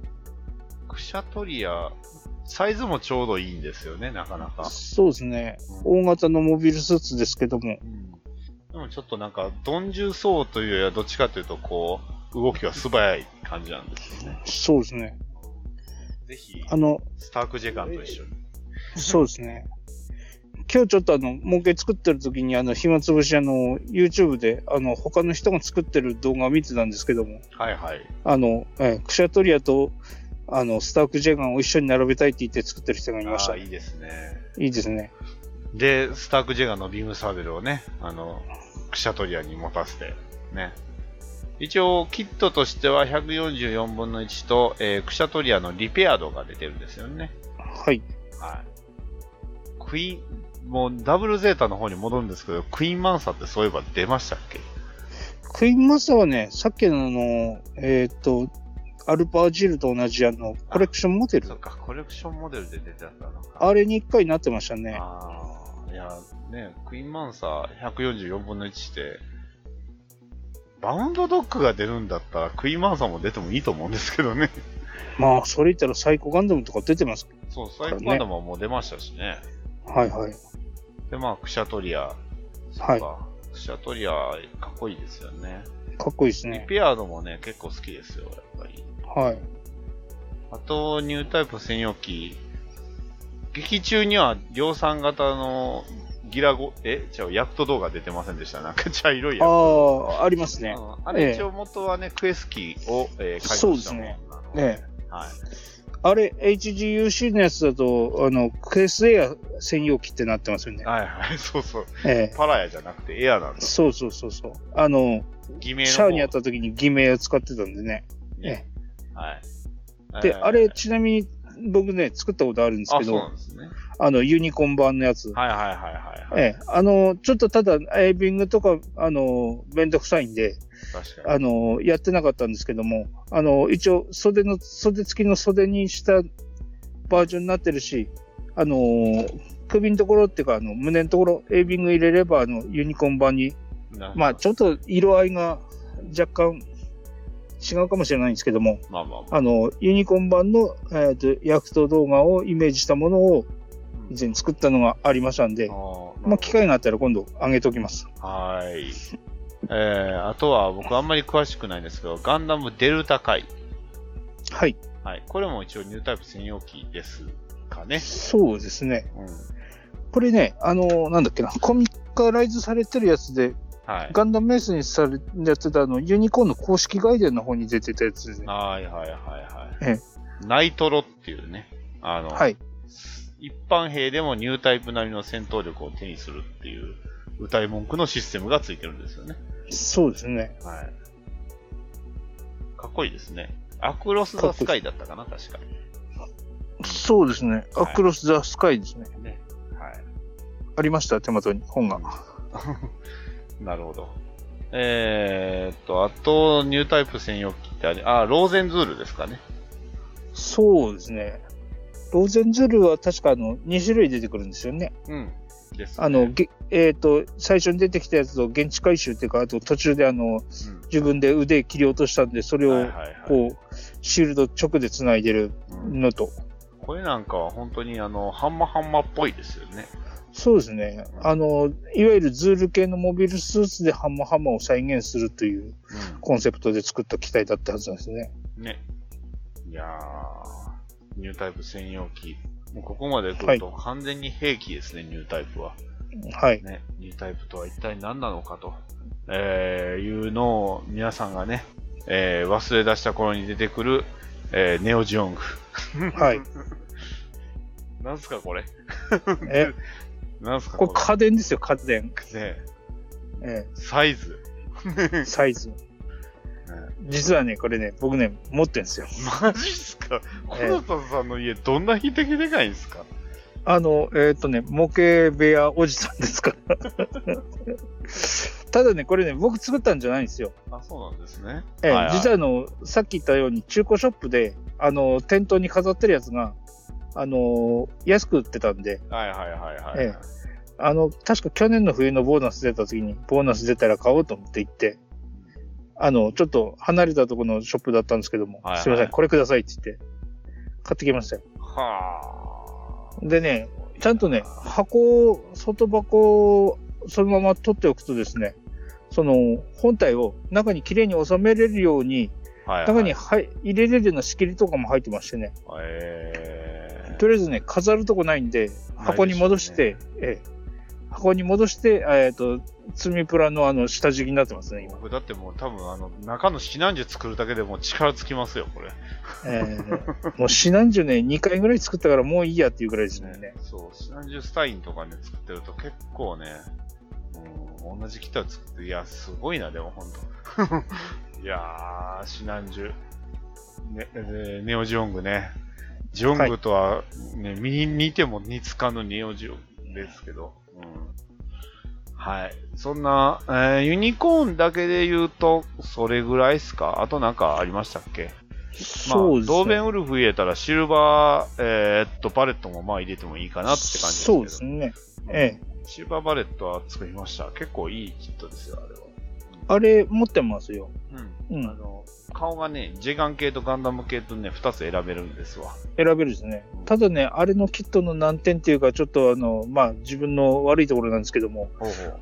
クシャトリア、サイズもちょうどいいんですよね、なかなか。 そうですね。大型のモビルスーツですけども。 でもちょっとなんか、鈍重そうというよりは、どっちかというと、こう、動きが素早い感じなんですよね。 そうですね。 ぜひ、スタークジェガンと一緒に。 そうですね。今日ちょっともう一回作ってる時に暇つぶしYouTube で他の人が作ってる動画を見てたんですけども。 はいはい。 クシャトリアとスタークジェガンを一緒に並べたいって言って作ってる人がいました。 いいですね。 いいですね。 で、スタークジェガンのビームサーベルをね、クシャトリアに持たせて、ね。一応、キットとしては144分の1と、クシャトリアのリペアドが出てるんですよね。 はい。 はい。もうダブルゼータの方に戻るんですけど、クイーンマンサーってそういえば出ましたっけ？ クイーンマンサーはね、さっきのアルパージルと同じコレクションモデル。 そっか、コレクションモデルで出てたのか。 あれに1回なってましたね。 いや、ね、クイーンマンサー144分の1で、バウンドドッグが出るんだったら、クイーンマンサーも出てもいいと思うんですけどね。 まあ、それ言ったらサイコガンダムとか出てます、ね。 そう、サイコガンダムはもう出ましたしね。 はいはい。 で、まあ、クシャトリア。 はい。 クシャトリア、かっこいいですよね。 かっこいいですね。 リペアードもね、結構好きですよ、やっぱり。 はい。 あと、ニュータイプ専用機。劇中には量産型のヤクト動画出てませんでした。なんか茶色いやつ。 ありますね。 あれ一応元はね、クエス機を、開発したものなので。はい。あれ、HGUC のやつだと、クエスエア専用機ってなってますよね。 はいはい、そうそう。パラヤじゃなくてエアなんだ。 そう。偽名のシャアにやった時に偽名を使ってたんでね。 はい。 で、あれ、ちなみに僕ね、作ったことあるんですけど、 そうなんですね。 ユニコーン版のやつ。 はい。 ちょっとただ、エイビングとか、めんどくさいんで、やってなかったんですけども、一応、袖付きの袖にしたバージョンになってるし、首のところっていうか、胸のところ、エイビング入れれば、ユニコーン版に、まあ、ちょっと色合いが若干違うかもしれないんですけども、ユニコーン版の、ヤクト動画をイメージしたものを以前作ったのがありましたんで、まあ、機会があったら今度上げておきます。 はい。あとは僕あんまり詳しくないんですけど、ガンダムデルタ界。 はい。 はい。これも一応ニュータイプ専用機ですかね。 そうですね。これね、なんだっけな、コミカライズされてるやつで、ガンダムベースにされやってたユニコーンの公式外伝の方に出てたやつですね。 はい。ナイトロっていうね、 はい。 一般兵でもニュータイプ並みの戦闘力を手にするっていう歌い文句のシステムがついてるんですよね。 そうですね。 はい。かっこいいですね。アクロス・ザ・スカイだったかな、確かに。 そうですね。アクロス・ザ・スカイですね。 はい。 ありました、手元に、本が。 なるほど。あと、ニュータイプ専用機ってローゼンズールですかね。 そうですね。ローゼンズールは確か2種類出てくるんですよね。 ですね。 最初に出てきたやつと現地回収っていうか、あと途中で自分で腕切り落としたんで、それをこう、シールド直で繋いでるのと。 これなんかは本当にハンマっぽいですよね。 そうですね。いわゆるズール系のモビルスーツでハンマを再現するというコンセプトで作った機体だったはずなんですね。 いやー、ニュータイプ専用機。もうここまで来ると完全に兵器ですね、ニュータイプは。 はい。 ね、ニュータイプとは一体何なのかと、いうのを皆さんがね、忘れ出した頃に出てくる、ネオジオング。 はい。 なんすかこれ。 なんすかこれ家電ですよ、家電。 サイズ。 サイズ。 実はね、これね、僕ね、持ってんですよ。 マジっすか？小野田さんの家、どんな比的でかいんですか？ 模型部屋おじさんですから。ただね、これね、僕作ったんじゃないんですよ。 あ、そうなんですね。 実はさっき言ったように中古ショップで、店頭に飾ってるやつが、安く売ってたんで。 はいはいはいはい。 確か去年の冬のボーナス出た時に、ボーナス出たら買おうと思って行って、ちょっと離れたところのショップだったんですけども、すいません、これくださいって言って、買ってきましたよ。でね、ちゃんとね、外箱をそのまま取っておくとですね、その本体を中にきれいに収めれるように、中に入れれるような仕切りとかも入ってましてね。とりあえずね、飾るとこないんで、箱に戻して、積みプラの下敷きになってますね、今。 僕だってもう多分中のシナンジュ作るだけでもう力つきますよ、これ。 もうシナンジュね、2回ぐらい作ったからもういいやっていうぐらいですもんね。 そう、シナンジュスタインとかね、作ってると結構ね、同じ機体を作って、いや、すごいな、でもほんと。いやー、シナンジュ、ネオジオングね。ジオングとはね、似ても似つかぬネオジオングですけど。はい。そんな、ユニコーンだけで言うと、それぐらいっすか？あとなんかありましたっけ？そうですね。ドーベンウルフ入れたらシルバー、バレットも入れてもいいかなって感じですけど。 そうですね。 シルバーバレットは作りました。結構いいキットですよ、あれは。 あれ、持ってますよ。 顔がね、ジェガン系とガンダム系とね、2つ選べるんですわ。 選べるですね。ただね、あれのキットの難点っていうか、ちょっと自分の悪いところなんですけども、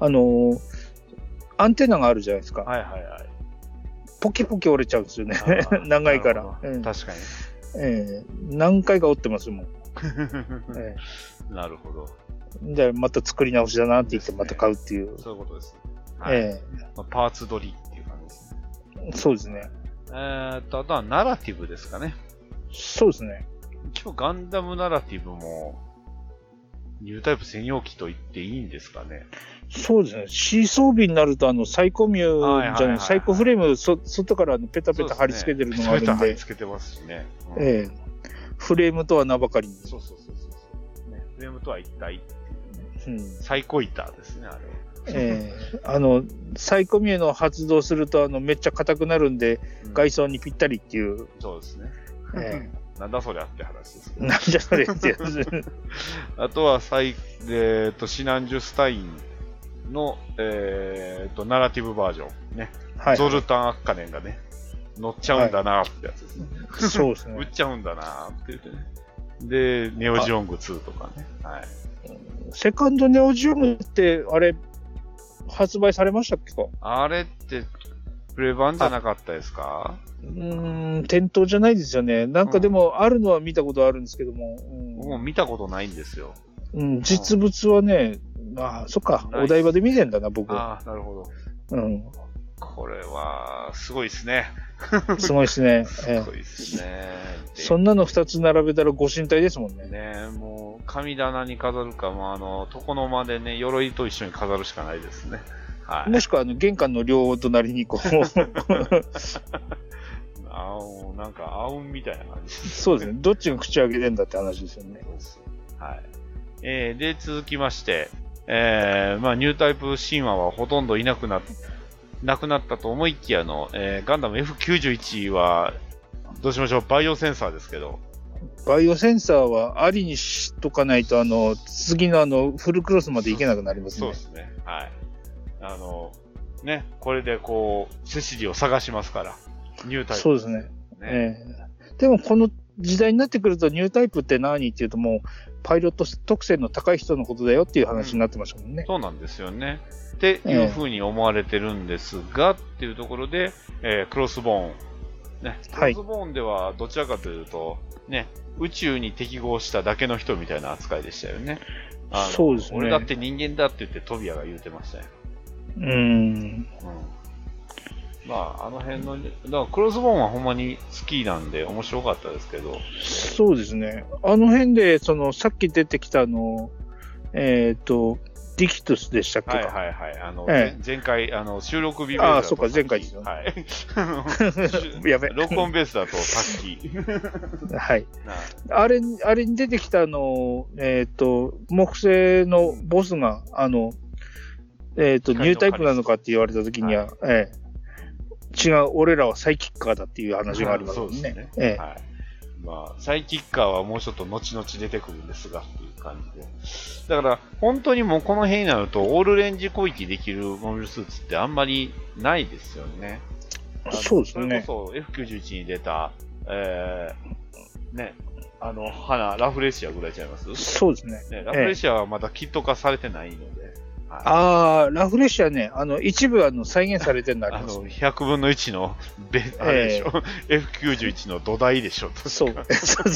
アンテナがあるじゃないですか。 はいはいはい。 ポキポキ折れちゃうんですよね。長いから。 確かに。何回か折ってますもん。 なるほど。 じゃあまた作り直しだなって言ってまた買うっていう。 そういうことですね。パーツ取りっていう感じですね。 そうですね。 あとはナラティブですかね。 そうですね。 一応ガンダムナラティブもニュータイプ専用機と言っていいんですかね。 そうですね。C 装備になるとサイコミューじゃない、サイコフレーム外からペタペタ貼り付けてるのがあるんで。 貼り付けてますしね。 フレームとは名ばかりに。 そう。フレームとは一体。サイコイターですね、あれは。 サイコミューの発動するとめっちゃ硬くなるんで、外装にぴったりっていう。 そうですね。なんだそりゃって話ですけど。 なんじゃそれってやつ。 あとはシナンジュスタインの、ナラティブバージョンね。ゾルタン・アッカネンがね、乗っちゃうんだなってやつですね。 そうですね。 売っちゃうんだなって言ってね。で、ネオジオング2とかね。 セカンドネオジオングって、あれ、発売されましたっけか？ あれって、プレ版じゃなかったですか？ 店頭じゃないですよね。なんかでも、あるのは見たことあるんですけども。 僕も見たことないんですよ。 実物はね、そっか、お台場で見てんだな、僕。 なるほど。これは、すごいですね。 すごいですね。 すごいですね。 そんなの2つ並べたらご神体ですもんね。 もう、神棚に飾るか、床の間でね、鎧と一緒に飾るしかないですね。 もしくは、玄関の両隣になんか、あうんみたいな感じ。 そうですね。どっちが口開けてんだって話ですよね。 で、続きまして、ニュータイプ神話はほとんどいなくなったと思いきやガンダム F91 は、どうしましょう、バイオセンサーですけど。 バイオセンサーはありにしとかないと、次のフルクロスまでいけなくなりますね。 そうですね。これでセシリを探しますから、ニュータイプ。 そうですね。でもこの時代になってくると、ニュータイプって何っていうと、もう、パイロット特性の高い人のことだよっていう話になってましたもんね。 そうなんですよね。っていうふうに思われてるんですが、っていうところで、クロスボーン。クロスボーンではどちらかというと、宇宙に適合しただけの人みたいな扱いでしたよね。 そうですね。 俺だって人間だって言ってトビアが言うてましたよ。あの辺の、だからクロスボーンはほんまに好きなんで面白かったですけど。 そうですね。あの辺で、さっき出てきたディキトスでしたっけか。 はいはいはい。前回、収録日ベースだと。 ああ、そうか、前回ですよ。 はい。 やべ。 録音ベースだとさっき。 はい。あれに出てきた木星のボスが、ニュータイプなのかって言われたときには、違う、俺らはサイキッカーだっていう話がありますもんね。そうですね。はい。 まあ、サイキッカーはもうちょっと後々出てくるんですが、っていう感じで。だから、本当にもうこの辺になると、オールレンジ攻撃できるモビルスーツってあんまりないですよね。 そうですね。 それこそ F91 に出た、ね、ラフレシアぐらいちゃいます？ そうですね。 ラフレシアはまだキット化されてないので。 ああ、ラフレシアね、一部再現されてるのあります、ね。 100分の1のあれでしょ、F91 の土台でしょ、 そう。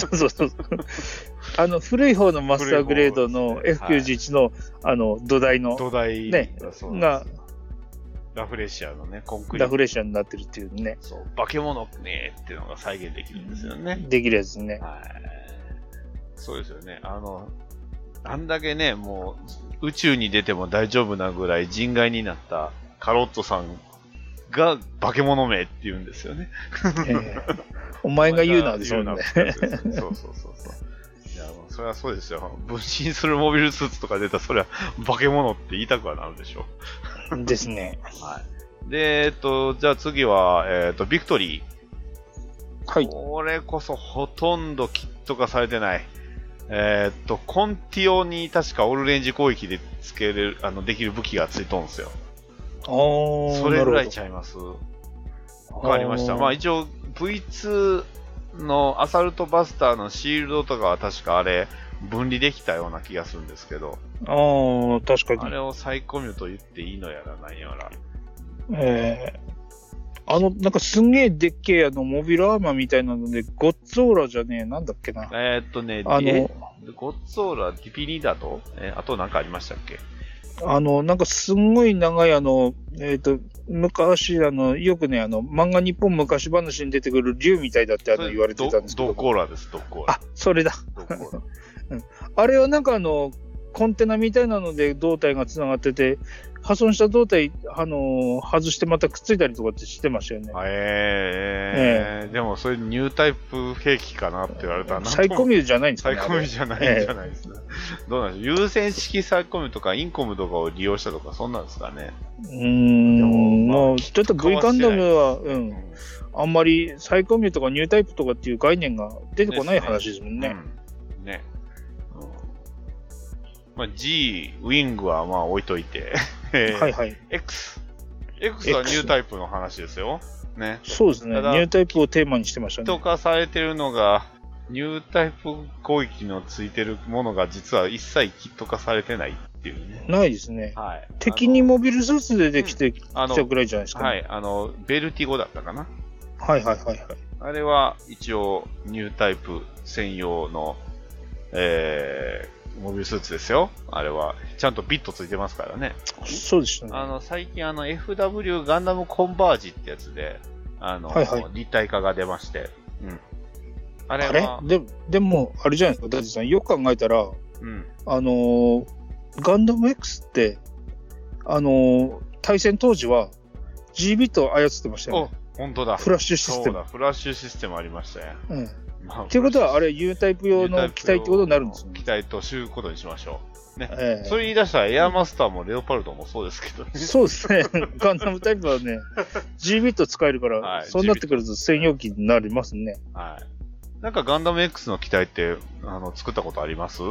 古い方のマスターグレードの F91 の、土台の。 土台、 ね、が、 ラフレシアのね、コンクリート。 ラフレシアになってるっていうね。 そう、化け物ねっていうのが再現できるんですよね。 できるやつね。 はい。そうですよね。あんだけね、もう、宇宙に出ても大丈夫なぐらい人外になったカロットさんが化け物名って言うんですよね。 お前が言うなでしょうね。 そう。いや、それはそうですよ。分身するモビルスーツとか出たら、それは化け物って言いたくはなるでしょう。ですね。 はい。で、じゃあ次は、ビクトリー。 はい。 これこそほとんどキット化されてない。コンティオに確かオールレンジ攻撃でつけれる、できる武器がついとんですよ。それぐらいちゃいます。わかりました。まあ一応 V2 のアサルトバスターのシールドとかは確かあれ分離できたような気がするんですけど。 確かに。 あれをサイコミュと言っていいのやらないやら。 なんかすんげえでっけえモビルアーマーみたいなので、ゴッツオーラじゃねえ、なんだっけな。 ゴッツオーラ、ディピニダと、あとなんかありましたっけ？ なんかすんごい長い昔、よくね、漫画日本昔話に出てくる竜みたいだって言われてたんですけど。 ドコーラです、ドコーラ。 あ、それだ。うん、あれはなんかコンテナみたいなので胴体が繋がってて、破損した胴体、外してまたくっついたりとかってしてましたよね。 でもそれニュータイプ兵器かなって言われたらサイコミュじゃないんですかね。 サイコミュじゃないんじゃないですね。どうなんでしょう。優先式サイコミュとかインコムとかを利用したとかそんなんですかね。 もうちょっと V ガンダムは、あんまりサイコミュとかニュータイプとかっていう概念が出てこない話ですもんね。 ね。まあ、G、ウィングはまあ置いといて。 はいはい。 X はニュータイプの話ですよ。ね。 そうですね。ニュータイプをテーマにしてましたね。 キット化されてるのが、ニュータイプ攻撃のついてるものが実は一切キット化されてないっていうね。 ないですね。 はい。 敵にモビルスーツでできてきたぐらいじゃないですか、ね。 はい。ベルティゴだったかな。 はい。 あれは一応ニュータイプ専用の、モビルスーツですよ。あれは。ちゃんとビットついてますからね。 そうですね。 最近FW ガンダムコンバージってやつで、立体化が出まして。あれは。 でも、あれじゃないですか、ダジさん。よく考えたら、ガンダム Xって、対戦当時は G ビットを操ってましたよね。 本当だ。 フラッシュシステム。 そうだ、フラッシュシステムありましたよ。 っていうことは、あれ、U タイプ用の機体ってことになるんですよね。 機体ということにしましょう。ね。それ言い出したら、エアマスターもレオパルトもそうですけどね。 そうですね。ガンダムタイプはね、G ビット使えるから、そうなってくると専用機になりますね。 はい。なんかガンダム X の機体って、作ったことあります？ 多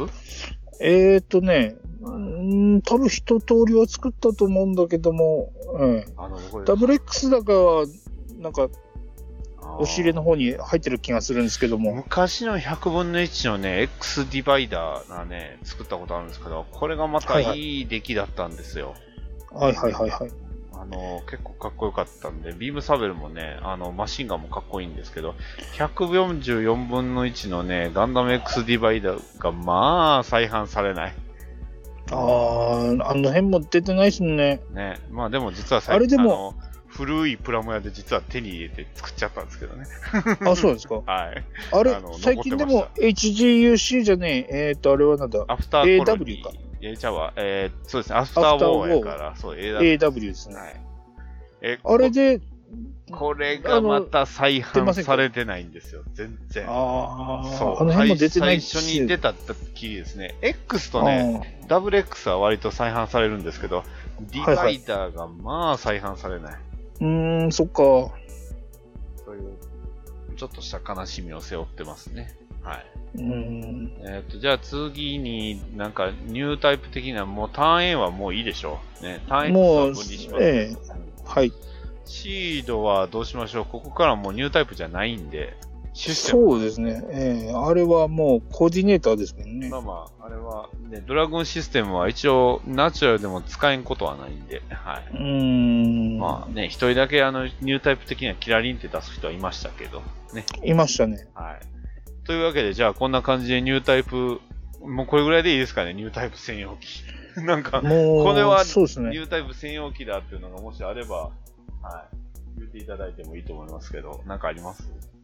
分一通りは作ったと思うんだけども、ダブル X だかは、なんか、押し入れの方に入ってる気がするんですけども。 昔の100分の1のね、X ディバイダーがね、作ったことあるんですけど、これがまたいい出来だったんですよ。 はい。 結構かっこよかったんで、ビームサベルもね、マシンガンもかっこいいんですけど、144分の1のね、ガンダム X ディバイダーがまあ再販されない。 あの辺も出てないですね。 ね。まあでも実はあれでも、 古いプラモ屋で実は手に入れて作っちゃったんですけどね。 あ、そうですか。 はい。 あれ、最近でも HGUC じゃねえ、あれはなんだ、 アフターコロニー。 AW か。 ちゃうわ。そうですね。アフターウォーやから、そう、 AW ですね。はい。 あれで、 これがまた再販されてないんですよ。全然。 そう。あの辺も出てない最初に出た時ですね。X とね、ダブル X は割と再販されるんですけど、ディバイダーがまあ再販されない。 そっか。 そういう、ちょっとした悲しみを背負ってますね。はい。じゃあ次になんかニュータイプ的な、もうターン A はもういいでしょう。ね。ターン X は分離します。 はい。 シードはどうしましょう。ここからもうニュータイプじゃないんで。 そうですね。あれはもうコーディネーターですもんね。 まあ、あれはね、ドラゴンシステムは一応ナチュラルでも使えんことはないんで。はい。まあね、一人だけニュータイプ的にはキラリンって出す人はいましたけど。ね。 いましたね。 はい。というわけで、じゃあこんな感じでニュータイプ、もうこれぐらいでいいですかね、ニュータイプ専用機。なんか、これはニュータイプ専用機だっていうのがもしあれば、はい。言っていただいてもいいと思いますけど、なんかあります？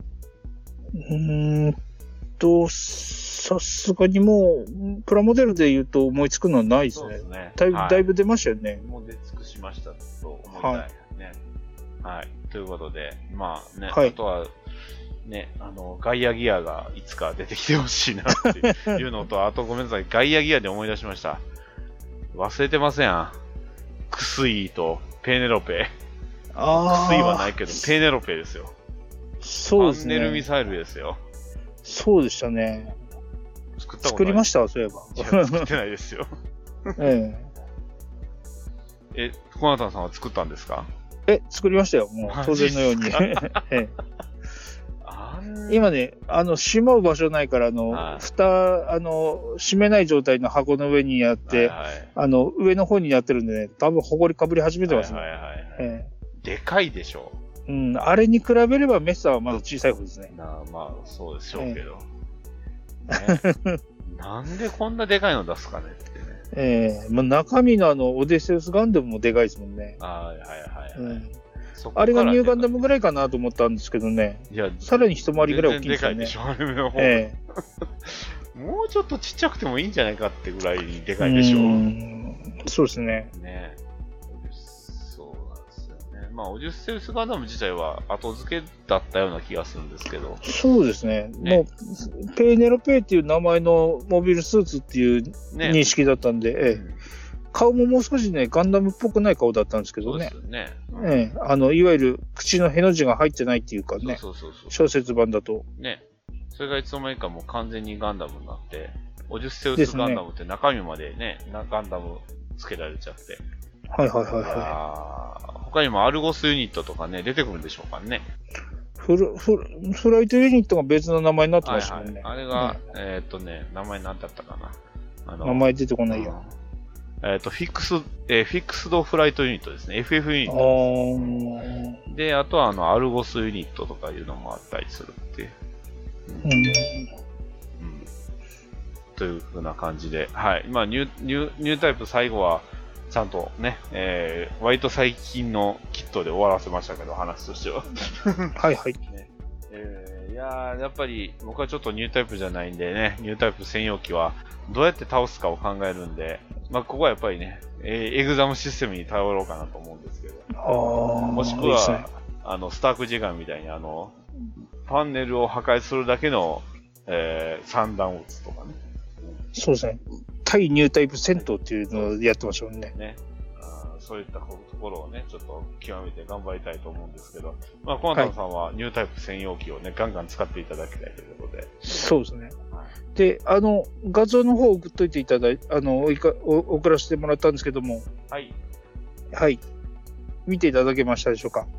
さすがにもう、プラモデルで言うと思いつくのはないですね。そうですね。だいぶ出ましたよね。 もう出尽くしましたと思いたいね。はい。ということで、まあね、あとは、ね、ガイアギアがいつか出てきてほしいなっていうのと、あとごめんなさい、ガイアギアで思い出しました。忘れてません。クスイとペネロペ。クスイはないけど、ペネロペですよ。 そうですね。 パンネルミサイルですよ。 そうでしたね。作りました、そういえば。 作ってないですよ。コナタンさんは作ったんですか？ 作りましたよ、もう、当然のように。今ね、しまう場所ないから、蓋、閉めない状態の箱の上にやって、上の方にやってるんでね、多分、ほこりかぶり始めてますね。 でかいでしょ。 あれに比べればメッサはまだ小さい方ですね。 まあ、そうでしょうけど。なんでこんなでかいの出すかねってね。中身のオデセウスガンダムもでかいですもんね。あれがニューガンダムぐらいかなと思ったんですけどね。さらに一回りぐらい大きいですよね。 もうちょっとちっちゃくてもいいんじゃないかってぐらいでかいでしょう。 そうですね。 そうなんですよね。まあ、オデュッセウスガンダム自体は後付けだったような気がするんですけど。 そうですね。もう、ペーネロペーっていう名前のモビルスーツっていう認識だったんで、顔ももう少しね、ガンダムっぽくない顔だったんですけどね。そうですね。いわゆる口のへの字が入ってないっていうかね。小説版だと。 ね。それがいつの間にかもう完全にガンダムになって、オデュッセウスガンダムって中身までね、ガンダムつけられちゃって。他にもアルゴスユニットとかね、出てくるんでしょうかね。 フライトユニットが別の名前になってましたもんね。 あれが、名前何だったかな。 名前出てこないよ。 フィックスドフライトユニットですね。FF ユニット。で、あとはアルゴスユニットとかいうのもあったりするっていう。というふうな感じで。はい。まあ、ニュータイプ最後は、ちゃんとね、割と最近のキットで終わらせましたけど、話としては。 はいはい。 いやー、やっぱり僕はちょっとニュータイプじゃないんでね、ニュータイプ専用機はどうやって倒すかを考えるんで、まあ、ここはやっぱりね、エグザムシステムに頼ろうかなと思うんですけど。もしくは、スタークジガンみたいにパネルを破壊するだけの、散弾を撃つとかね。 そうですね。対ニュータイプ戦闘っていうのをやってましたもんね。 そういったところをね、ちょっと極めて頑張りたいと思うんですけど、まあ、コナタンさんはニュータイプ専用機をね、ガンガン使っていただきたいということで。 そうですね。で、画像の方を送っといていただいて、送らせてもらったんですけども。はい。はい。見ていただけましたでしょうか？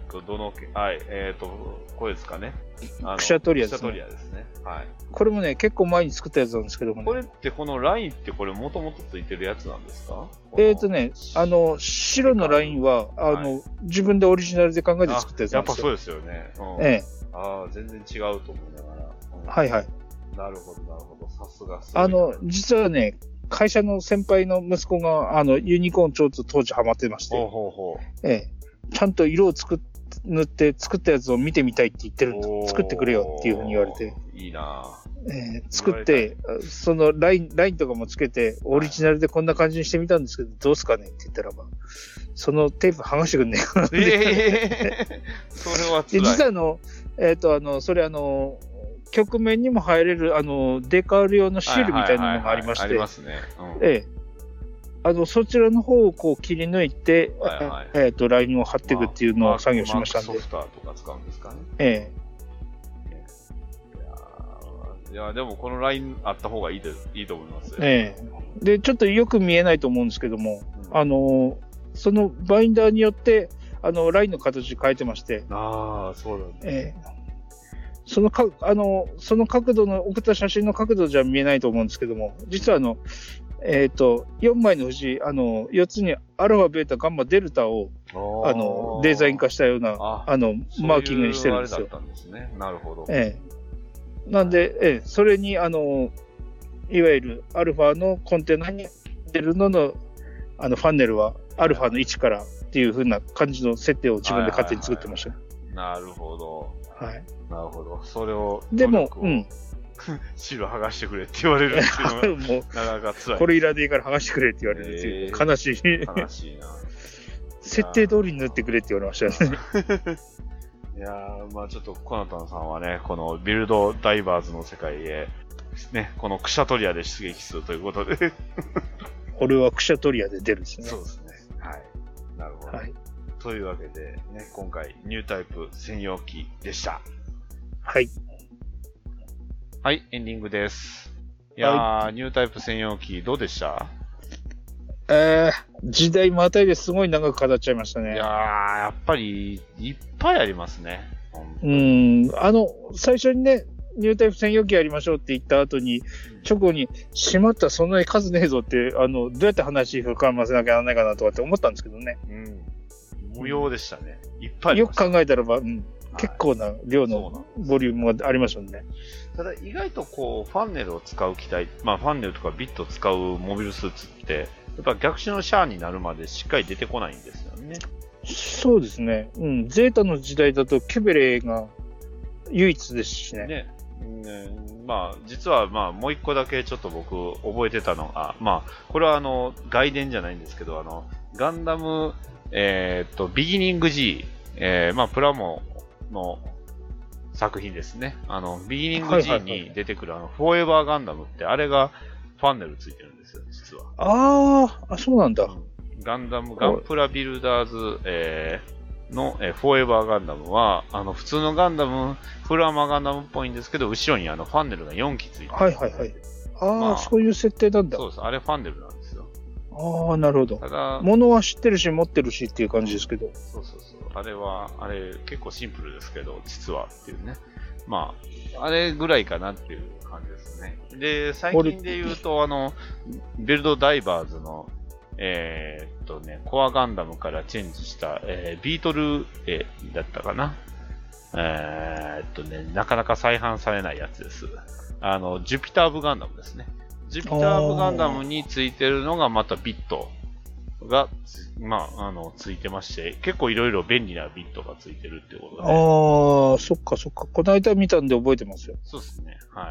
これですかね。 クシャトリアですね。はい。 これもね、結構前に作ったやつなんですけどもね。 これってこのラインってこれもともとついてるやつなんですか？ 白のラインは、自分でオリジナルで考えて作ったやつなんですよ。 やっぱそうですよね。全然違うと思いながら。 はいはい。 なるほど、なるほど。さすが。 実はね、会社の先輩の息子が、ユニコーンちょっと当時ハマってまして。ちゃんと色を作っ塗って作ったやつを見てみたいって言ってると、作ってくれよっていうふうに言われて。 いいな作って、そのラインとかもつけて、オリジナルでこんな感じにしてみたんですけど、どうすかねって言ったらば、そのテープ剥がしてくんねえかなって。 それは辛い。 実はそれ曲面にも入れる、デカール用のシールみたいなのがありまして。ありますね。そちらの方をこう切り抜いて、ラインを貼っていくっていうのを作業しましたんで。 ソフターとか使うんですかね。いやでもこのラインあった方がいいと思いますよ。 で、ちょっとよく見えないと思うんですけども、そのバインダーによって、ラインの形変えてまして。 ああ、そうなんです。 その角度の、送った写真の角度じゃ見えないと思うんですけども、実は4枚の星、4つにアルファ、ベータ、ガンマ、デルタを、デザイン化したような、マーキングにしてるんですよ。 そういうあれだったんですね。なるほど。 なんで、それに、いわゆるアルファのコンテナに出るのの、ファンネルはアルファの1からっていう風な感じの設定を自分で勝手に作ってました。 なるほど。 はい。 なるほど。それを、 でも、 シール剥がしてくれって言われるっていうのは、なかなか辛い。 これいらねえから剥がしてくれって言われるっていう、悲しい。 悲しいな。 設定通りに塗ってくれって言われましたね。 いやー、まあちょっとコナタンさんはね、このビルドダイバーズの世界へ、ね、このクシャトリアで出撃するということで。 俺はクシャトリアで出るんですね。 そうですね。はい。なるほど。はい。というわけで、ね、今回、ニュータイプ専用機でした。 はい。 はい、エンディングです。いやー、ニュータイプ専用機どうでした？ 時代またいですごい長く語っちゃいましたね。 いやー、やっぱり、いっぱいありますね。 最初にね、ニュータイプ専用機やりましょうって言った後に、直後に、しまったそんなに数ねえぞって、どうやって話深ませなきゃならないかなとかって思ったんですけどね。 無用でしたね。いっぱいありました。 よく考えたらば、結構な量のボリュームがありましたね。 ただ意外とこう、ファンネルを使う機体、まあファンネルとかビットを使うモビルスーツって、やっぱ逆襲のシャアになるまでしっかり出てこないんですよね。 そうですね。ゼータの時代だとキュベレーが唯一ですしね。 まあ、実はまあ、もう一個だけちょっと僕覚えてたのが、まあ、これは外伝じゃないんですけど、ガンダム、ビギニング G、まあ、プラモの作品ですね。ビギニング G に出てくるフォーエバーガンダムって、あれがファンネルついてるんですよ、実は。 そうなんだ。 ガンプラビルダーズ、の、フォーエバーガンダムは、普通のガンダム、プラマガンダムっぽいんですけど、後ろにファンネルが4機ついてる。 はい。そういう設定なんだ。 そうです。あれファンネルなんですよ。 なるほど。ただ、物は知ってるし、持ってるしっていう感じですけど。 そう。あれ結構シンプルですけど、実はっていうね。まあ、あれぐらいかなっていう感じですね。で、最近で言うと、ビルドダイバーズの、コアガンダムからチェンジした、ビートル、だったかな。なかなか再販されないやつです。ジュピターブガンダムですね。ジュピターブガンダムについてるのがまたビットがついてまして、結構いろいろ便利なビットがついてるってことで。 そっか。この間見たんで覚えてますよ。 そうですね。はい。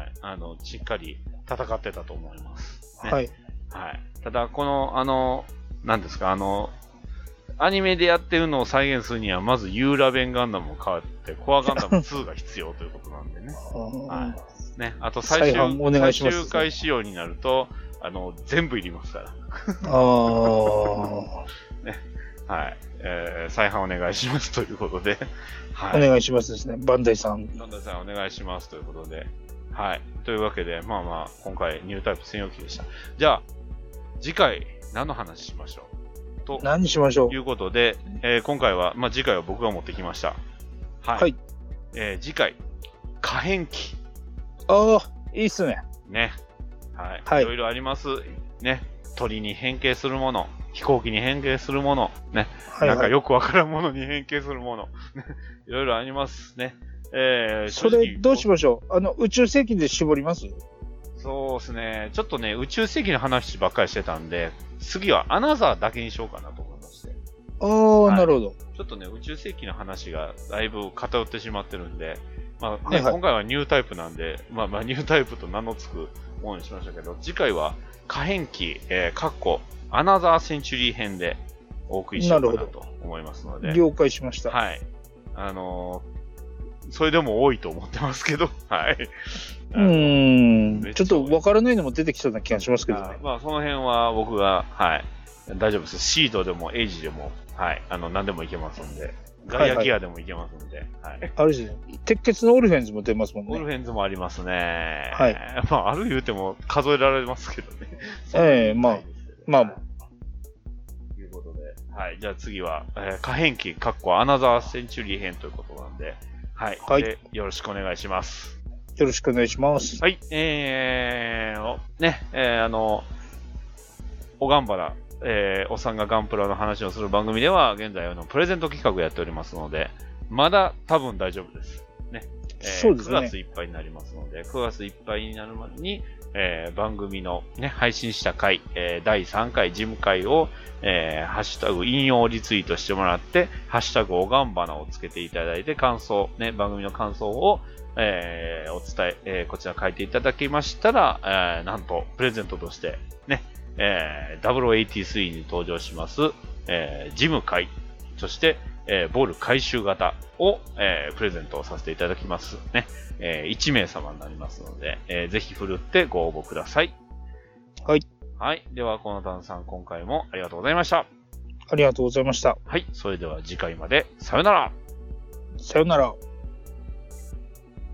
しっかり戦ってたと思います、ね。 はい。 ただ、この、なんですか、アニメでやってるのを再現するには、まずユーラベンガンダムを変わって、コアガンダム2が必要ということなんでね。ね。あと最終回仕様になると、全部いりますから。ね。再販お願いしますということで。 お願いしますですね。バンダイさんお願いしますということで。というわけで、今回ニュータイプ専用機でした。じゃあ、次回何の話しましょう何しましょうということで、今回は、次回は僕が持ってきました。次回、可変機。 いいっすね。 ね。いろいろあります。ね。鳥に変形するもの、飛行機に変形するもの、ね。なんかよくわからんものに変形するもの、いろいろありますね。 それどうしましょう？宇宙世紀で絞ります？ そうですね。ちょっとね、宇宙世紀の話ばっかりしてたんで、次はアナザーだけにしようかなと思いまして。 はい、なるほど。 ちょっとね、宇宙世紀の話がだいぶ偏ってしまってるんで、まあね、今回はニュータイプなんで、まあニュータイプと名の付くものにしましたけど、次回は可変期、アナザーセンチュリー編でお送りしようかなと思いますので。 了解しました。 はい。それでも多いと思ってますけど、はい。 ちょっと分からないのも出てきそうな気がしますけどね。 まあ、その辺は僕が、はい。大丈夫です。シードでもエイジでも、はい。何でもいけますんで。ガイアギアでもいけますんで。はい。 あるし、鉄血のオルフェンズも出ますもんね。 オルフェンズもありますね。 はい。 まあ、ある言うても数えられますけどね。 まあ。 ということで。はい。じゃあ次は、可変期、アナザーセンチュリー編ということなんで。はい。はい。で、よろしくお願いします。 よろしくお願いします。 はい。おがんばら、おっさんがガンプラの話をする番組では、現在プレゼント企画やっておりますので、まだ多分大丈夫です。ね。 そうですね。 9月いっぱいになりますので、9月いっぱいになるまでに、番組のね、配信した回、第3回事務回を、ハッシュタグ引用リツイートしてもらって、ハッシュタグおがんばなをつけていただいて、感想、ね、番組の感想を、お伝え、こちら書いていただきましたら、なんと、プレゼントとして、ね、0083に登場します、ジム回、そして、ボール回収型を、プレゼントをさせていただきますね。1名様になりますので、ぜひふるってご応募ください。 はい。 はい。では、このたんさん、今回もありがとうございました。 ありがとうございました。 はい。それでは次回まで、さよなら。 さよなら。